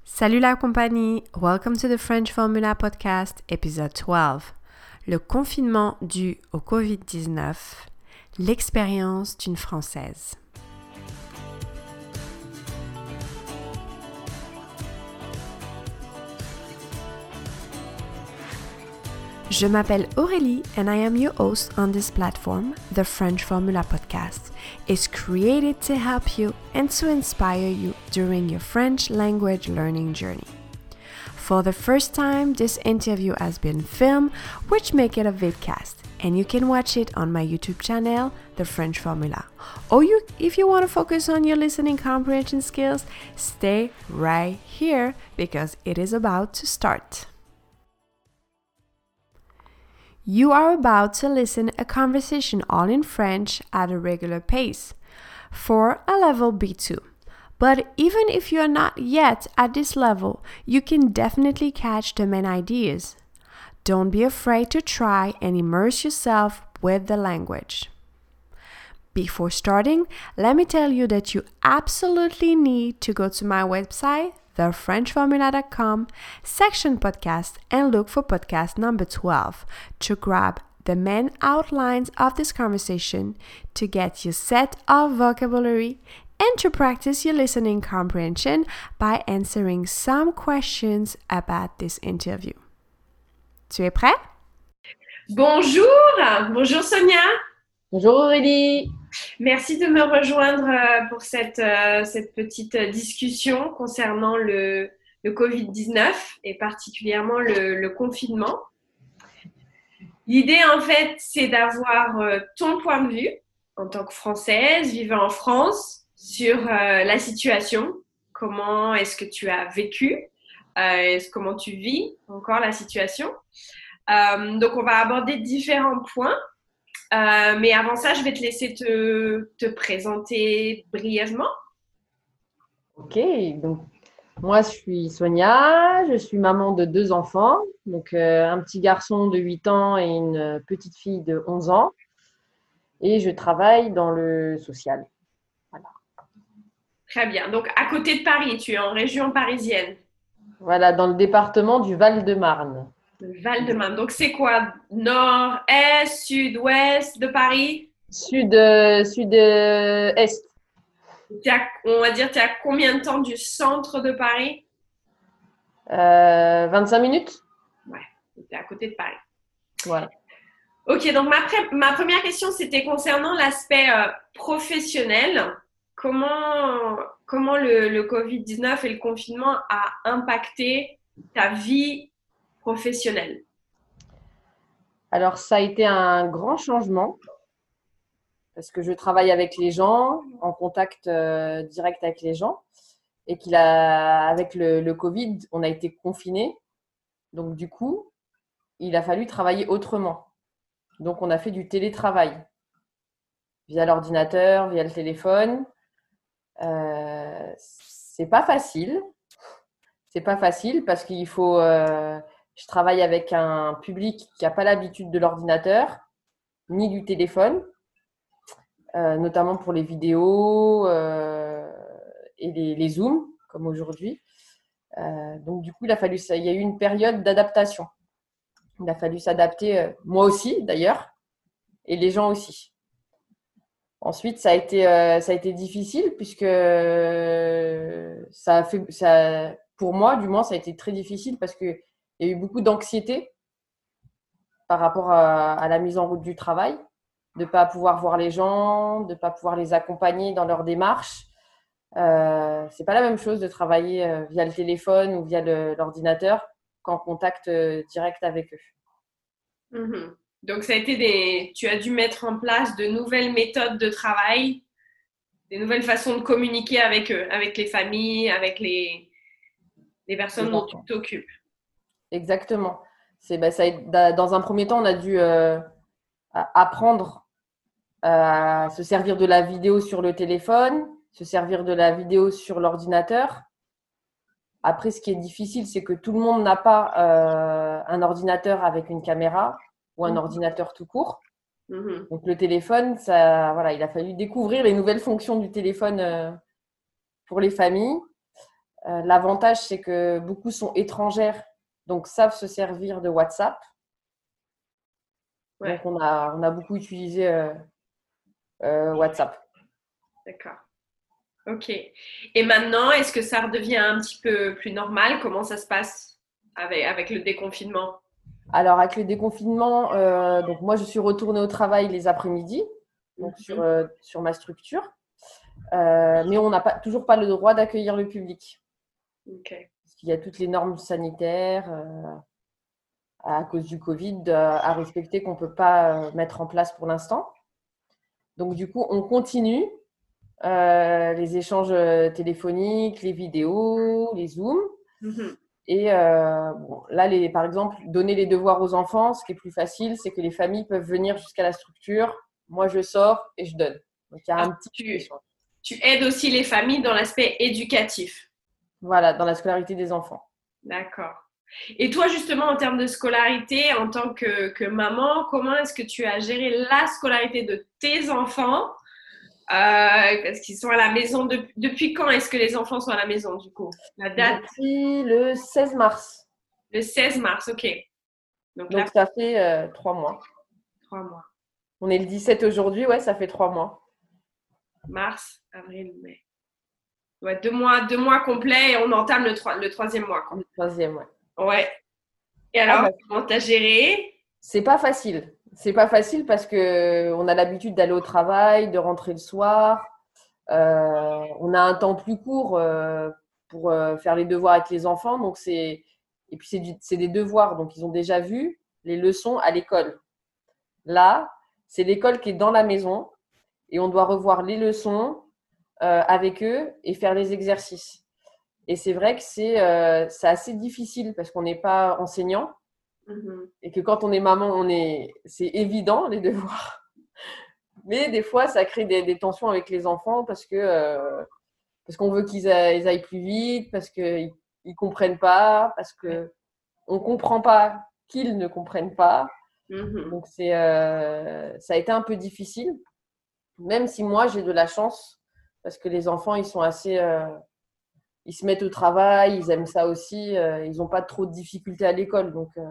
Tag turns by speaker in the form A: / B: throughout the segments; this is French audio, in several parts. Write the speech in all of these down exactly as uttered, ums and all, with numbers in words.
A: Salut la compagnie, welcome to the French Formula Podcast, épisode douze. Le confinement dû au covid dix-neuf, l'expérience d'une Française. Je m'appelle Aurélie and I am your host on this platform. The French Formula Podcast is created to help you and to inspire you during your French language learning journey. For the first time, this interview has been filmed, which make it a vidcast, and you can watch it on my YouTube channel, The French Formula. Or you, if you want to focus on your listening comprehension skills, stay right here because it is about to start. You are about to listen a conversation all in French at a regular pace for a level B two. But even if you are not yet at this level, you can definitely catch the main ideas. Don't be afraid to try and immerse yourself with the language. Before starting, let me tell you that you absolutely need to go to my website, the french formula dot com, section podcast, and look for podcast number twelve to grab the main outlines of this conversation, to get your set of vocabulary, and to practice your listening comprehension by answering some questions about this interview. Tu es prêt?
B: Bonjour, bonjour Sonia.
C: Bonjour Aurélie.
B: Merci de me rejoindre pour cette, cette petite discussion concernant le, le covid dix-neuf et particulièrement le, le confinement. L'idée en fait, c'est d'avoir ton point de vue en tant que Française vivant en France sur euh, la situation. Comment est-ce que tu as vécu? euh, Comment tu vis encore la situation? euh, Donc on va aborder différents points. Euh, mais avant ça, je vais te laisser te, te présenter brièvement.
C: Ok, donc moi je suis Sonia, je suis maman de deux enfants, donc euh, un petit garçon de huit ans et une petite fille de onze ans, et je travaille dans le social. Voilà.
B: Très bien, donc à côté de Paris, tu es en région parisienne.
C: Voilà, dans le département du Val-de-Marne.
B: Le Val-de-Marne, donc c'est quoi? Nord, Est, Sud, Ouest de Paris?
C: Sud, euh, Sud-Est.
B: À, on va dire, tu es à combien de temps du centre de Paris?
C: euh, vingt-cinq minutes.
B: Ouais, tu es à côté de Paris.
C: Voilà.
B: Ok, donc ma, pré- ma première question, c'était concernant l'aspect euh, professionnel. Comment, comment le, le covid dix-neuf et le confinement a impacté ta vie professionnelle?
C: Alors ça a été un grand changement parce que je travaille avec les gens, en contact euh, direct avec les gens, et qu'il a, avec le, le Covid, on a été confinés. Donc du coup, il a fallu travailler autrement. Donc on a fait du télétravail via l'ordinateur, via le téléphone. Euh, c'est pas facile. C'est pas facile parce qu'il faut. Euh, je travaille avec un public qui n'a pas l'habitude de l'ordinateur ni du téléphone. Euh, notamment pour les vidéos euh, et les, les Zooms, comme aujourd'hui. Euh, donc, du coup, il a fallu ça. Il y a eu une période d'adaptation. Il a fallu s'adapter, euh, moi aussi d'ailleurs, et les gens aussi. Ensuite, ça a été, euh, ça a été difficile puisque euh, ça a fait, ça, pour moi, du moins, ça a été très difficile parce qu'il y a eu beaucoup d'anxiété par rapport à, à la mise en route du travail, de ne pas pouvoir voir les gens, de ne pas pouvoir les accompagner dans leur démarche. Euh, c'est pas la même chose de travailler euh, via le téléphone ou via le, l'ordinateur qu'en contact euh, direct avec eux.
B: Mm-hmm. Donc, ça a été des... tu as dû mettre en place de nouvelles méthodes de travail, des nouvelles façons de communiquer avec eux, avec les familles, avec les, les personnes dont tu t'occupes.
C: Exactement. C'est, bah, ça a, dans un premier temps, on a dû euh, apprendre à se servir de la vidéo sur le téléphone, se servir de la vidéo sur l'ordinateur. Après, ce qui est difficile, c'est que tout le monde n'a pas euh, un ordinateur avec une caméra ou un mmh. ordinateur tout court. Mmh. Donc, le téléphone, ça, voilà, il a fallu découvrir les nouvelles fonctions du téléphone euh, pour les familles. Euh, l'avantage, c'est que beaucoup sont étrangères, donc savent se servir de WhatsApp.
B: Ouais.
C: Donc, on a, on a beaucoup utilisé euh, euh, WhatsApp.
B: D'accord. Ok. Et maintenant, est-ce que ça redevient un petit peu plus normal? Comment ça se passe avec, avec le déconfinement?
C: Alors, avec le déconfinement, euh, donc moi, je suis retournée au travail les après-midi, donc sur,
B: Mhm.
C: euh, sur ma structure. Euh, mais on n'a pas, toujours pas le droit d'accueillir le public.
B: Ok.
C: Parce qu'il y a toutes les normes sanitaires euh, à cause du Covid euh, à respecter qu'on ne peut pas euh, mettre en place pour l'instant. Donc, du coup, on continue euh, les échanges euh, téléphoniques, les vidéos, les Zooms.
B: Mhm.
C: Et euh, bon, là, les, par exemple, donner les devoirs aux enfants, ce qui est plus facile, c'est que les familles peuvent venir jusqu'à la structure. Moi, je sors et je donne. Donc, il y a
B: Alors,
C: un petit
B: tu,
C: échange.
B: tu aides aussi les familles dans l'aspect éducatif.
C: Voilà, dans la scolarité des enfants.
B: D'accord. Et toi, justement, en termes de scolarité, en tant que, que maman, comment est-ce que tu as géré la scolarité de tes enfants? Euh, parce qu'ils sont à la maison. de- depuis quand est-ce que les enfants sont à la maison, du coup? La date,
C: Depuis le seize mars.
B: le seize mars, ok. Donc là,
C: Donc, ça fait euh, trois mois.
B: trois mois.
C: On est le dix-sept aujourd'hui, ouais, ça fait trois mois.
B: Mars, avril, mai. Ouais, deux mois, deux mois complets et on entame le, troi- le troisième mois, quoi.
C: Le troisième, ouais.
B: Ouais. Et
C: Ah
B: alors,
C: bah,
B: comment t'as géré?
C: c'est pas facile. C'est pas facile parce que on a l'habitude d'aller au travail, de rentrer le soir. Euh, on a un temps plus court euh, pour euh, faire les devoirs avec les enfants. Donc c'est et puis c'est du- c'est des devoirs. Donc ils ont déjà vu les leçons à l'école. Là, c'est l'école qui est dans la maison et on doit revoir les leçons euh, avec eux et faire les exercices. Et c'est vrai que c'est euh, c'est assez difficile parce qu'on n'est pas enseignant
B: Mhm.
C: et que quand on est maman, on est c'est évident les devoirs. Mais des fois, ça crée des, des tensions avec les enfants parce que euh, parce qu'on veut qu'ils aillent, ils aillent plus vite, parce qu'ils ne comprennent pas, parce qu'on ne comprend pas qu'ils ne comprennent pas.
B: Mhm.
C: Donc, c'est, euh, ça a été un peu difficile, même si moi, j'ai de la chance, parce que les enfants, ils sont assez... euh, ils se mettent au travail, ils aiment ça aussi, euh, ils n'ont pas trop de difficultés à l'école. Donc, euh,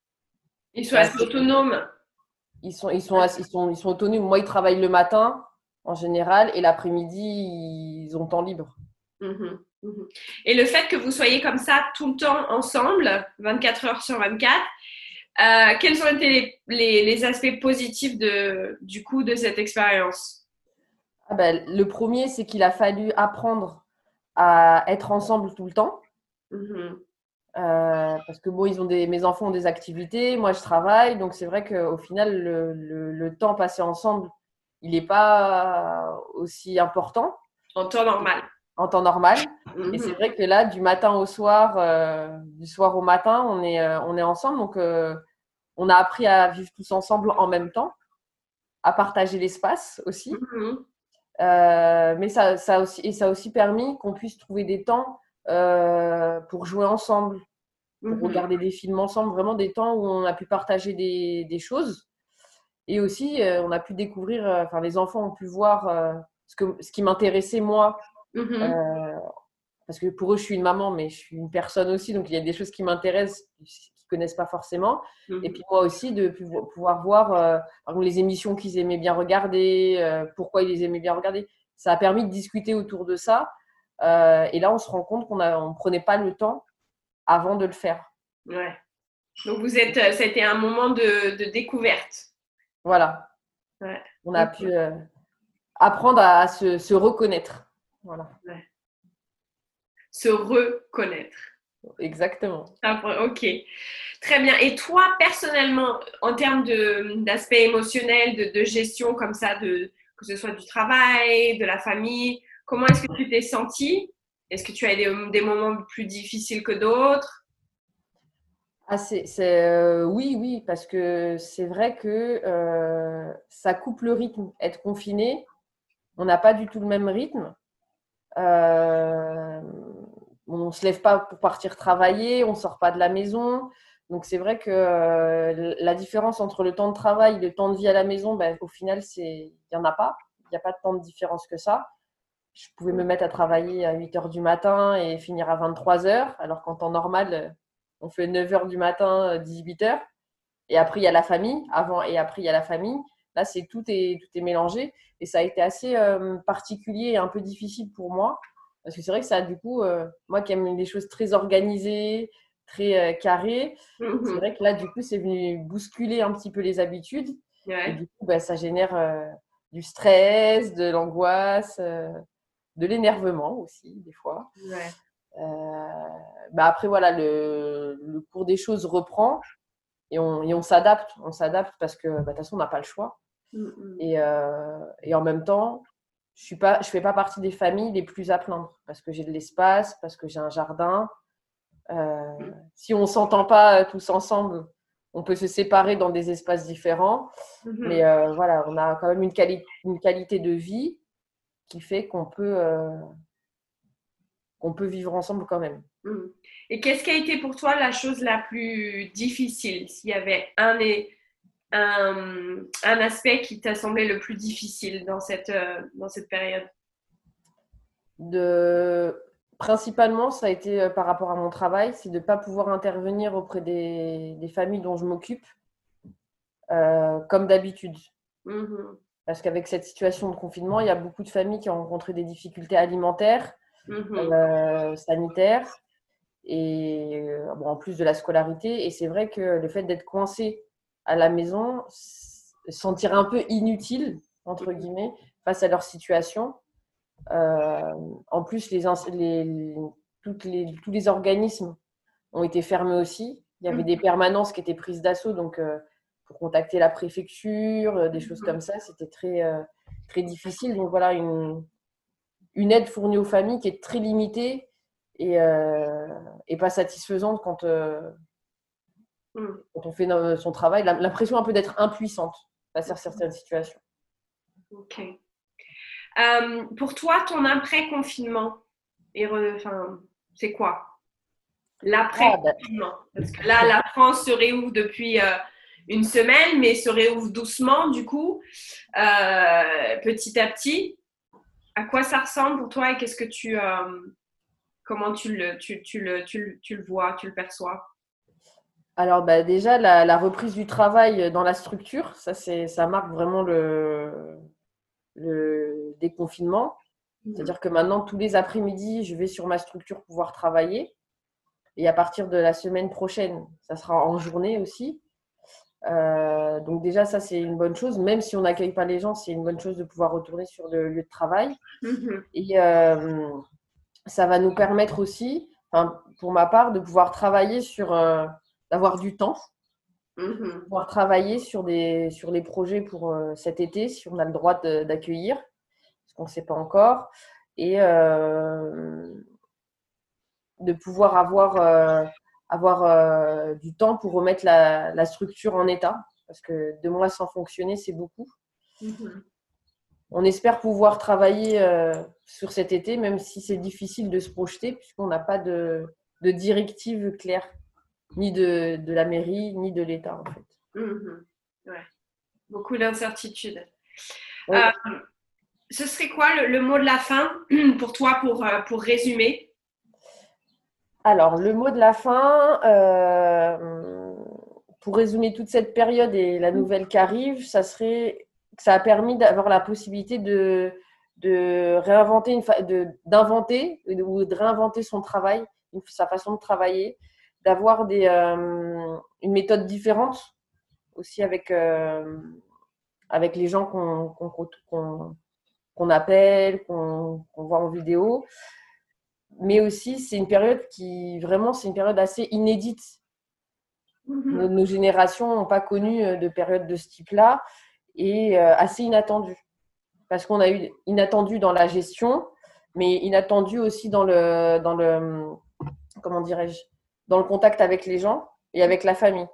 B: Ils sont
C: c'est
B: assez
C: assez-
B: autonomes.
C: ils, sont, ils, sont assez- ils, sont, ils sont autonomes. Moi, ils travaillent le matin, en général, et l'après-midi, ils ont temps libre.
B: Mhm. Mhm. Et le fait que vous soyez comme ça tout le temps ensemble, vingt-quatre heures sur vingt-quatre, euh, quels ont été les, les- les aspects positifs de, du coup de cette expérience?
C: Ah ben, le premier, c'est qu'il a fallu apprendre à être ensemble tout le temps.
B: Mhm.
C: Euh, parce que bon, ils ont des, mes enfants ont des activités, moi je travaille, donc c'est vrai qu'au final, le, le, le temps passé ensemble, il n'est pas aussi important
B: En temps normal.
C: en temps normal. Et c'est
B: Mhm.
C: vrai que là, du matin au soir, euh, du soir au matin, on est, euh, on est ensemble. Donc, euh, on a appris à vivre tous ensemble en même temps, à partager l'espace aussi.
B: Mhm.
C: Euh, mais ça, ça aussi, et ça a aussi permis qu'on puisse trouver des temps euh, pour jouer ensemble, pour
B: Mhm.
C: regarder des films ensemble, vraiment des temps où on a pu partager des, des choses. Et aussi, euh, on a pu découvrir, euh, enfin, les enfants ont pu voir euh, ce, que, ce qui m'intéressait moi.
B: Mhm.
C: Euh, parce que pour eux, je suis une maman, mais je suis une personne aussi. Donc, il y a des choses qui m'intéressent, qu'ils ne connaissent pas forcément. Et
B: Mhm.
C: puis, moi aussi, de pouvoir voir euh, par exemple, les émissions qu'ils aimaient bien regarder, euh, pourquoi ils les aimaient bien regarder. Ça a permis de discuter autour de ça. Euh, et là, on se rend compte qu'on ne prenait pas le temps avant de le faire.
B: Ouais. Donc vous êtes, euh, ça a été un moment de, de découverte.
C: Voilà.
B: Ouais.
C: On a
B: Ok.
C: pu euh, apprendre à, à se, se reconnaître. Voilà.
B: Ouais. Se reconnaître.
C: Exactement.
B: Après, ok. Très bien. Et toi, personnellement, en termes de, d'aspect émotionnel, de, de gestion comme ça, de, que ce soit du travail, de la famille, comment est-ce que tu t'es sentie? Est-ce que tu as des, des moments plus difficiles que d'autres?
C: Ah, c'est, c'est, euh, oui, oui, parce que c'est vrai que euh, ça coupe le rythme. Être confiné, on n'a pas du tout le même rythme. Euh, on ne se lève pas pour partir travailler, on ne sort pas de la maison. Donc c'est vrai que euh, la différence entre le temps de travail et le temps de vie à la maison, ben, au final, c'est, il n'y en a pas. Il n'y a pas tant de différence que ça. je pouvais me mettre à travailler à huit heures du matin et finir à vingt-trois heures, alors qu'en temps normal, on fait neuf heures du matin, dix-huit heures. Et après, il y a la famille, avant et après, il y a la famille. Là, c'est tout est, tout est mélangé. Et ça a été assez euh, particulier et un peu difficile pour moi. Parce que c'est vrai que ça, du coup, euh, moi qui aime des choses très organisées, très euh, carrées,
B: Mhm.
C: c'est vrai que là, du coup, c'est venu bousculer un petit peu les habitudes.
B: Ouais.
C: Et du coup, bah, ça génère euh, du stress, de l'angoisse, euh, de l'énervement aussi, des fois.
B: Ouais.
C: Euh, bah après, voilà, le, le cours des choses reprend et on, et on s'adapte. On s'adapte parce que, bah, de toute façon, on n'a pas le choix.
B: Mhm.
C: Et, euh, et en même temps, je ne fais pas partie des familles les plus à plaindre parce que j'ai de l'espace, parce que j'ai un jardin. Euh, si on ne s'entend pas tous ensemble, on peut se séparer dans des espaces différents.
B: Mhm.
C: Mais euh, voilà, on a quand même une, quali- une qualité de vie qui fait qu'on peut, euh, qu'on peut vivre ensemble quand même.
B: Mhm. Et qu'est-ce qui a été pour toi la chose la plus difficile? S'il y avait un, un, un aspect qui t'a semblé le plus difficile dans cette, euh, dans cette période?
C: De... Principalement, ça a été euh, par rapport à mon travail, c'est de ne pas pouvoir intervenir auprès des, des familles dont je m'occupe euh, comme d'habitude.
B: Mhm.
C: Parce qu'avec cette situation de confinement, il y a beaucoup de familles qui ont rencontré des difficultés alimentaires,
B: Mhm.
C: euh, sanitaires, et euh, bon, en plus de la scolarité. Et c'est vrai que le fait d'être coincé à la maison, se sentir un peu inutile, entre guillemets, face à leur situation. Euh, en plus, les, les, toutes les, tous les organismes ont été fermés aussi. Il y avait des permanences qui étaient prises d'assaut, donc euh, pour contacter la préfecture, euh, des choses comme ça, c'était très, euh, très difficile. Donc voilà, une, une aide fournie aux familles qui est très limitée et, euh, et pas satisfaisante quand, euh,
B: Mhm.
C: quand on fait no- son travail. L'impression un peu d'être impuissante face à certaines situations.
B: Ok. Euh, pour toi, ton après-confinement, et re- enfin, c'est quoi?
C: Ah, bah,
B: L'après-confinement. Parce que là, la France se réouvre depuis euh, une semaine, mais se réouvre doucement, du coup, euh, petit à petit. À quoi ça ressemble pour toi et qu'est-ce que tu, euh, comment tu le, tu, tu le, tu, le, tu le vois, tu le perçois?
C: alors bah, déjà, la, la reprise du travail dans la structure, ça, c'est, ça marque vraiment le, le déconfinement. C'est-à-dire que maintenant, tous les après-midi, je vais sur ma structure pouvoir travailler. Et à partir de la semaine prochaine, ça sera en journée aussi. Euh, donc déjà, ça, c'est une bonne chose. Même si on n'accueille pas les gens, c'est une bonne chose de pouvoir retourner sur le lieu de travail.
B: Mhm.
C: Et euh, ça va nous permettre aussi, enfin, pour ma part, de pouvoir travailler sur, euh, d'avoir du temps,
B: Mhm.
C: pouvoir travailler sur, des, sur les projets pour euh, cet été, si on a le droit de, d'accueillir, parce qu'on ne sait pas encore. Et euh, de pouvoir avoir, euh, avoir euh, du temps pour remettre la, la structure en état. Parce que deux mois sans fonctionner, c'est beaucoup.
B: Mhm.
C: On espère pouvoir travailler euh, sur cet été, même si c'est difficile de se projeter, puisqu'on n'a pas de, de directive claire, ni de, de la mairie, ni de l'État, en fait.
B: Mhm. Ouais. Beaucoup d'incertitudes.
C: Oui.
B: Euh, ce serait quoi le, le mot de la fin pour toi, pour, euh, pour résumer?
C: Alors, le mot de la fin, euh, pour résumer toute cette période et la nouvelle qui arrive, ça serait que ça a permis d'avoir la possibilité de, de réinventer, une fa- de, d'inventer ou de réinventer son travail, sa façon de travailler, d'avoir des, euh, une méthode différente aussi avec, euh, avec les gens qu'on, qu'on, qu'on, qu'on appelle, qu'on, qu'on voit en vidéo. Mais aussi, c'est une période qui, vraiment, c'est une période assez inédite. Nos,
B: Mhm.
C: nos générations n'ont pas connu de période de ce type-là et euh, assez inattendue. Parce qu'on a eu inattendu dans la gestion, mais inattendu aussi dans le, dans le, comment dirais-je, dans le contact avec les gens et avec la famille.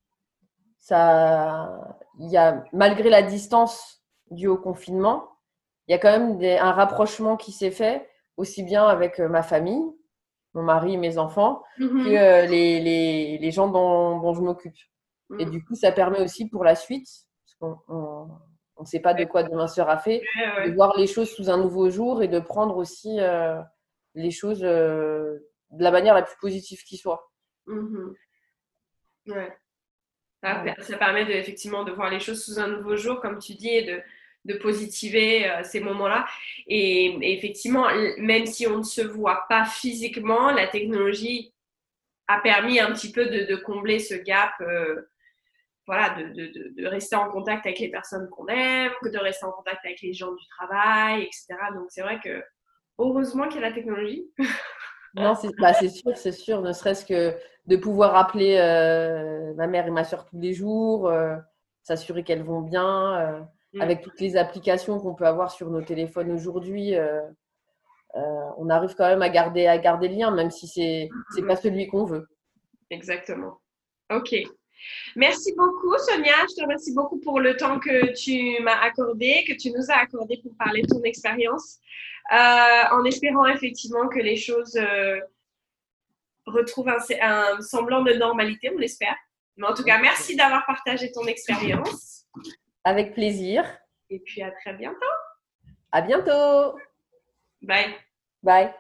C: Ça, il y a, malgré la distance due au confinement, il y a quand même des, un rapprochement qui s'est fait, aussi bien avec ma famille, mon mari et mes enfants, que
B: Mhm.
C: euh, les, les, les gens dont, dont je m'occupe. Et du coup, ça permet aussi pour la suite, parce qu'on on, On ne sait pas de quoi demain sera fait.
B: Ouais, ouais.
C: De voir les choses sous un nouveau jour et de prendre aussi euh, les choses euh, de la manière la plus positive qui soit.
B: Mm-hmm. Ouais. Ça,
C: Ouais.
B: ça permet de, effectivement de voir les choses sous un nouveau jour, comme tu dis, et de, de positiver euh, ces moments-là. Et, et effectivement, même si on ne se voit pas physiquement, la technologie a permis un petit peu de, de combler ce gap, euh, voilà, de, de, de rester en contact avec les personnes qu'on aime, de rester en contact avec les gens du travail, et cetera. Donc c'est vrai que heureusement qu'il y a la technologie.
C: Non, c'est bah, c'est sûr, c'est sûr. Ne serait-ce que de pouvoir appeler euh, ma mère et ma soeur tous les jours, euh, s'assurer qu'elles vont bien, euh,
B: Mm.
C: avec toutes les applications qu'on peut avoir sur nos téléphones aujourd'hui, euh, euh, on arrive quand même à garder, à garder le lien, même si c'est c'est pas celui qu'on veut.
B: Exactement. Ok. Merci beaucoup, Sonia. Je te remercie beaucoup pour le temps que tu m'as accordé, que tu nous as accordé pour parler de ton expérience, euh, en espérant effectivement que les choses euh, retrouvent un, un semblant de normalité, on l'espère. Mais en tout cas, merci d'avoir partagé ton expérience.
C: Avec plaisir.
B: Et puis à très bientôt.
C: À bientôt.
B: Bye.
C: Bye.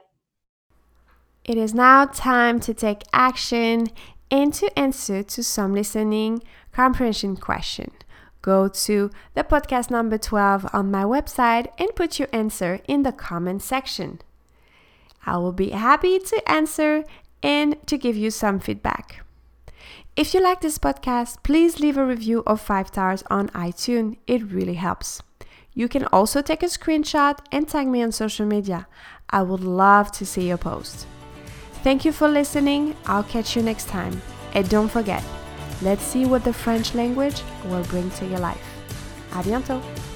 A: It is now time to take action and to answer to some listening comprehension question. Go to the podcast number twelve on my website and put your answer in the comment section. I will be happy to answer and to give you some feedback. If you like this podcast, please leave a review of five stars on iTunes. It really helps. You can also take a screenshot and tag me on social media. I would love to see your post. Thank you for listening. I'll catch you next time. And don't forget, let's see what the French language will bring to your life. À bientôt!